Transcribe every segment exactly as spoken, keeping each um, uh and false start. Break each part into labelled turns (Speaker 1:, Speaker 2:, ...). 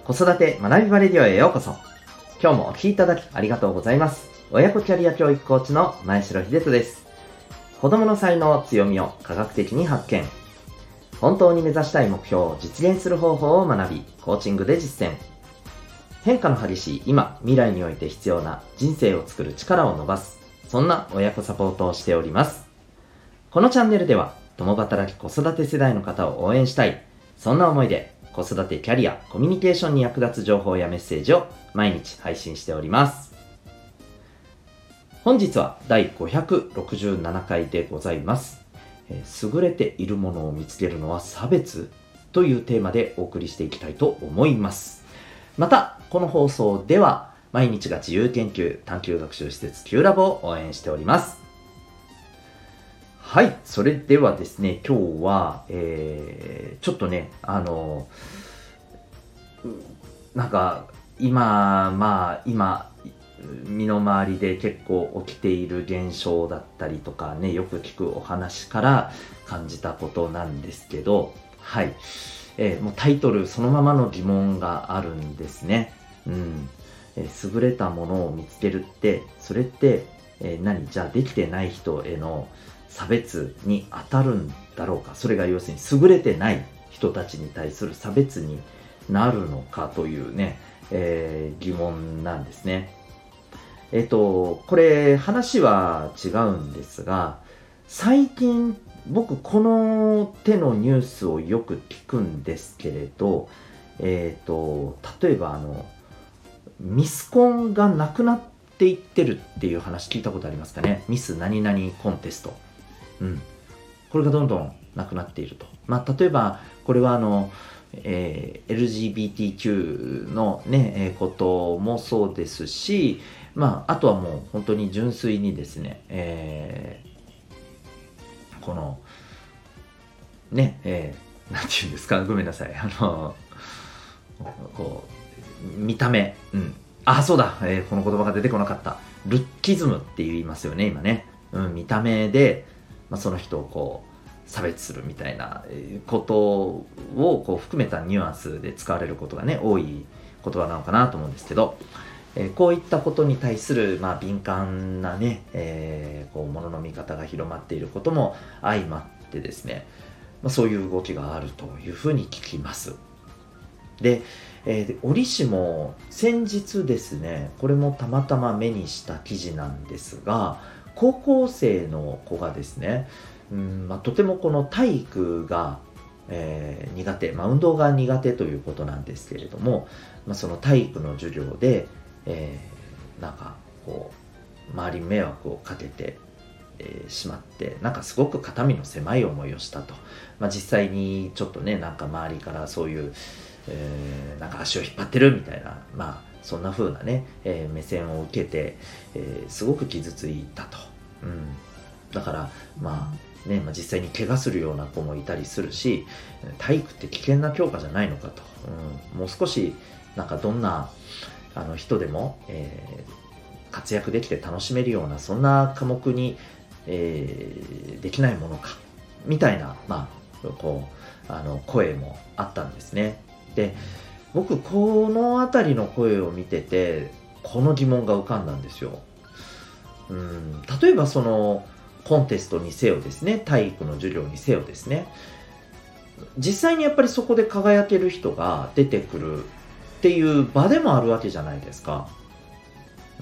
Speaker 1: 子育て学びバレディオへようこそ。今日もお聞きいただきありがとうございます。親子キャリア教育コーチの前城秀人です。子供の才能強みを科学的に発見、本当に目指したい目標を実現する方法を学び、コーチングで実践、変化の激しい今未来において必要な人生を作る力を伸ばす、そんな親子サポートをしております。このチャンネルでは共働き子育て世代の方を応援したい、そんな思いで子育てキャリアコミュニケーションに役立つ情報やメッセージを毎日配信しております。本日はだいごひゃくろくじゅうななかいでございます。えー、優れているものを見つけるのは差別というテーマでお送りしていきたいと思います。またこの放送では毎日が自由研究探究学習施設 Q ラボを応援しております。はい、それではですね、今日は、えー、ちょっとね、あのなんか今まあ今身の回りで結構起きている現象だったりとかね、よく聞くお話から感じたことなんですけど、はい、えー、もうタイトルそのままの疑問があるんですね。うん、えー、優れたものを見つけるって、それって、えー、何じゃあできてない人への差別に当たるんだろうか。それが要するに優れてない人たちに対する差別になるのかというね、えー、疑問なんですね。えっと、これ話は違うんですが、最近僕この手のニュースをよく聞くんですけれど、えっと、例えばあの、ミスコンがなくなっていってるっていう話聞いたことありますかね。ミス何々コンテスト。うん。これがどんどんなくなっていると。まあ、例えば、これはあの、えー、エルジービーティーキュー のね、えー、こともそうですし、まあ、あとはもう本当に純粋にですね、えー、この、ね、えー、なんていうんですか、ごめんなさい、あの、こう、見た目、うん。あ、そうだ、えー、この言葉が出てこなかった。ルッキズムって言いますよね、今ね。うん、見た目で、まあ、その人をこう、差別するみたいなことをこう含めたニュアンスで使われることがね、多い言葉なのかなと思うんですけど、えー、こういったことに対する、まあ、敏感なね、えー、こうものの見方が広まっていることも相まってですね、まあ、そういう動きがあるというふうに聞きます。で、えー、折しも先日ですね、これもたまたま目にした記事なんですが、高校生の子がですね、うんまあ、とてもこの体育が、えー、苦手、まあ、運動が苦手ということなんですけれども、まあ、その体育の授業で、えー、なんかこう周りに迷惑をかけて、えー、しまって、なんかすごく肩身の狭い思いをしたと、まあ、実際にちょっとね、なんか周りからそういう、えー、なんか足を引っ張ってるみたいな、まあそんな風なね、えー、目線を受けて、えー、すごく傷ついたと。うん、だからまあね、まあ、実際に怪我するような子もいたりするし、体育って危険な教科じゃないのかと、うん、もう少しなんかどんなあの人でも、えー、活躍できて楽しめるようなそんな科目に、えー、できないものかみたいな、まあ、こうあの声もあったんですね。で、僕このあたりの声を見ててこの疑問が浮かんだんですよ。うん、例えばそのコンテストにせよですね、体育の授業にせよですね、実際にやっぱりそこで輝ける人が出てくるっていう場でもあるわけじゃないですか。うん。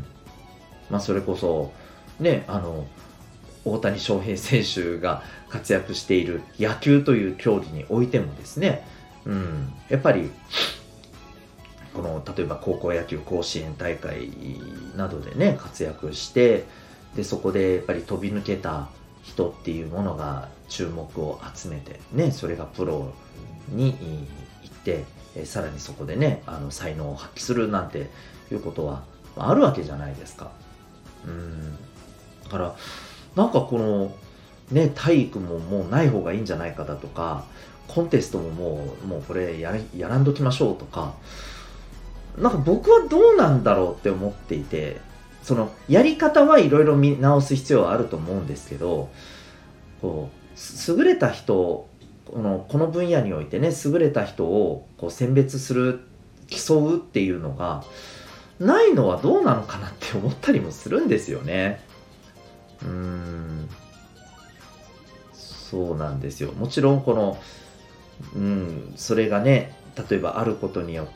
Speaker 1: まあそれこそね、あの大谷翔平選手が活躍している野球という競技においてもですね、うん、やっぱりこの例えば高校野球甲子園大会などでね活躍して、でそこでやっぱり飛び抜けた人っていうものが注目を集めてね、それがプロに行って、えさらにそこでねあの才能を発揮するなんていうことはあるわけじゃないですか。うんだからなんかこのね体育ももうない方がいいんじゃないかだとか、コンテストももうもうこれやれやらんときましょうとか、なんか僕はどうなんだろうって思っていて、そのやり方はいろいろ見直す必要はあると思うんですけど、こう優れた人、このこの分野においてね優れた人をこう選別する競うっていうのがないのはどうなのかなって思ったりもするんですよね。うーんそうなんですよ。もちろんこの、うん、それがね、例えばあることによって、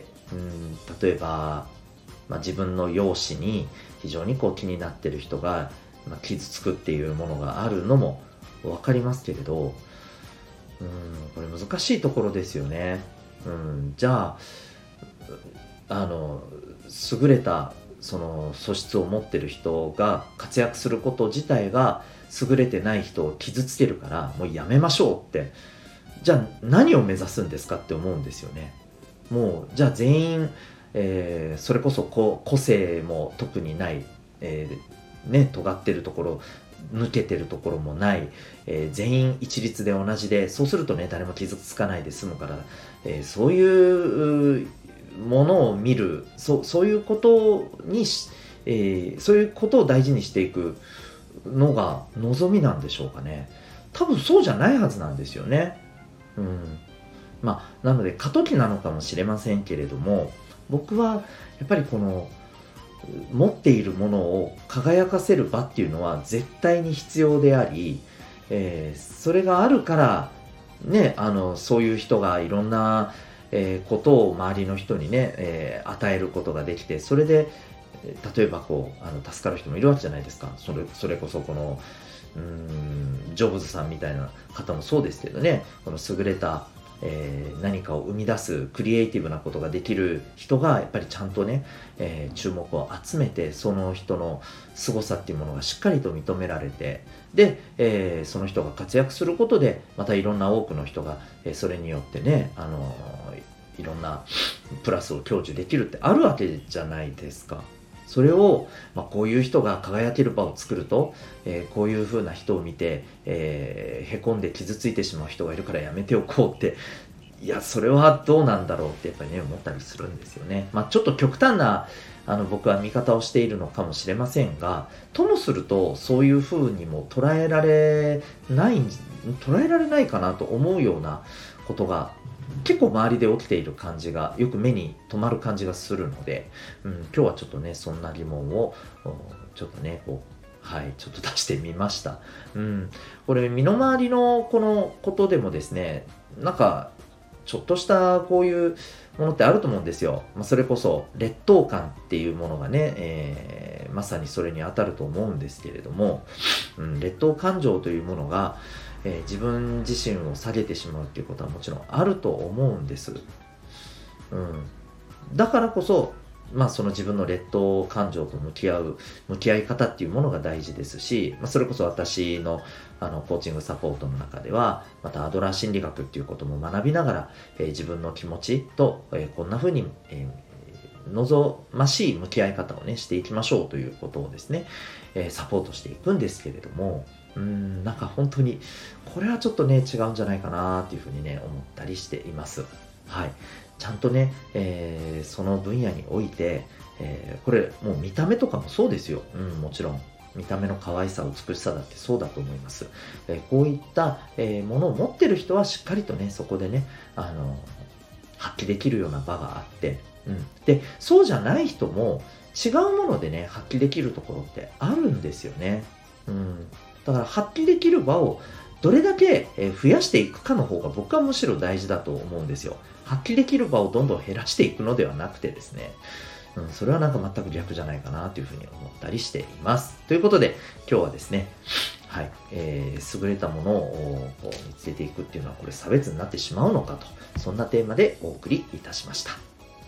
Speaker 1: うん、例えば、まあ、自分の容姿に非常にこう気になってる人が、まあ、傷つくっていうものがあるのも分かりますけれど、うん、これ難しいところですよね。うん、じゃあ、あの、優れたその素質を持ってる人が活躍すること自体が優れてない人を傷つけるからもうやめましょうって、じゃあ何を目指すんですかって思うんですよね。もうじゃあ全員、えーそれこそこう個性も特にない、えーね、尖ってるところ抜けてるところもない、えー全員一律で同じで、そうするとね誰も傷つかないで済むから、えーそういうものを見る、そそういうことにし、えーそういうことを大事にしていくのが望みなんでしょうかね。多分そうじゃないはずなんですよね。うん。まあ、なので過渡期なのかもしれませんけれども、僕はやっぱりこの持っているものを輝かせる場っていうのは絶対に必要であり、えーそれがあるからね、あのそういう人がいろんな、えーことを周りの人にね、えー与えることができて、それでえー例えばこうあの助かる人もいるわけじゃないですか。それそれこそこのうーんジョブズさんみたいな方もそうですけどね、この優れた、えー何かを生み出すクリエイティブなことができる人がやっぱりちゃんとね、えー注目を集めて、その人の凄さっていうものがしっかりと認められて、で、えーその人が活躍することでまたいろんな多くの人が、えーそれによってね、あのーいろんなプラスを享受できるってあるわけじゃないですか。それを、まあ、こういう人が輝ける場を作ると、えーこういう風な人を見て、えーへこんで傷ついてしまう人がいるからやめておこうって、いやそれはどうなんだろうってやっぱりね思ったりするんですよね。まあちょっと極端なあの僕は見方をしているのかもしれませんが、ともするとそういう風にも捉えられない捉えられないかなと思うようなことが結構周りで起きている感じがよく目に留まる感じがするので、うん、今日はちょっとねそんな疑問をおちょっとねこうはいちょっと出してみました。うん、これ身の回りのこのことでもですね、なんかちょっとしたこういうものってあると思うんですよ。まあ、それこそ劣等感っていうものがね、えーまさにそれに当たると思うんですけれども、うん、劣等感情というものが、えー自分自身を下げてしまうっていうことはもちろんあると思うんです。うん、だからこそ、まあ、その自分の劣等感情と向き合う向き合い方っていうものが大事ですし、まあ、それこそ私のあのコーチングサポートの中ではまたアドラー心理学っていうことも学びながら、えー自分の気持ちと、えーこんな風に、えー望ましい向き合い方をねしていきましょうということをですね、えーサポートしていくんですけれども、うーんなんか本当にこれはちょっとね違うんじゃないかなっていうふうにね思ったりしています。はい、ちゃんとね、えーその分野において、えーこれもう見た目とかもそうですよ。うん、もちろん見た目の可愛さ美しさだってそうだと思います。えーこういった、えーものを持ってる人はしっかりとねそこでねあの発揮できるような場があって、うん、でそうじゃない人も違うものでね発揮できるところってあるんですよね。うん、だから発揮できる場をどれだけえー増やしていくかの方が僕はむしろ大事だと思うんですよ。発揮できる場をどんどん減らしていくのではなくてですね、うん、それはなんか全く逆じゃないかなというふうに思ったりしています。ということで今日はですね、はい、えー優れたものをこう見つけていくっていうのはこれ差別になってしまうのかと、そんなテーマでお送りいたしました。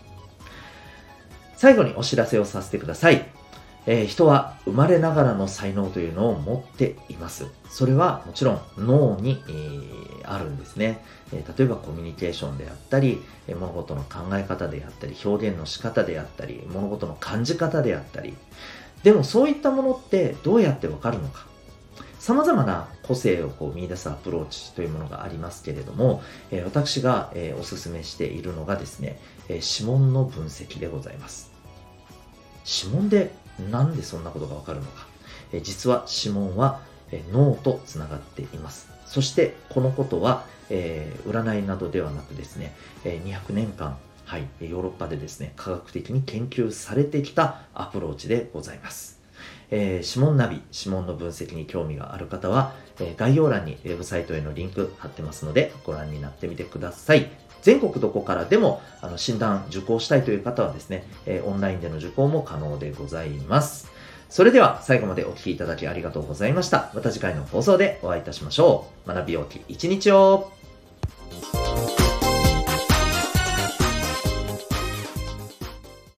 Speaker 1: 最後にお知らせをさせてください。えー人は生まれながらの才能というのを持っています。それはもちろん脳に、えーあるんですね。えー例えばコミュニケーションであったり、えー物事の考え方であったり、表現の仕方であったり、物事の感じ方であったり。でもそういったものってどうやってわかるのか。様々な個性をこう見出すアプローチというものがありますけれども、えー私が、えーお勧めしているのがですね、えー指紋の分析でございます。指紋でなんでそんなことがわかるのか。えー実は指紋は、えー脳とつながっています。そしてこのことは、えー占いなどではなくですね、えーにひゃくねんかんはい、ヨーロッパでですね、科学的に研究されてきたアプローチでございます。えー、指紋ナビ、指紋の分析に興味がある方は、えー、概要欄にウェブサイトへのリンク貼ってますので、ご覧になってみてください。全国どこからでもあの診断受講したいという方はですね、えー、オンラインでの受講も可能でございます。それでは最後までお聞きいただきありがとうございました。また次回の放送でお会いいたしましょう。学びようき一日を。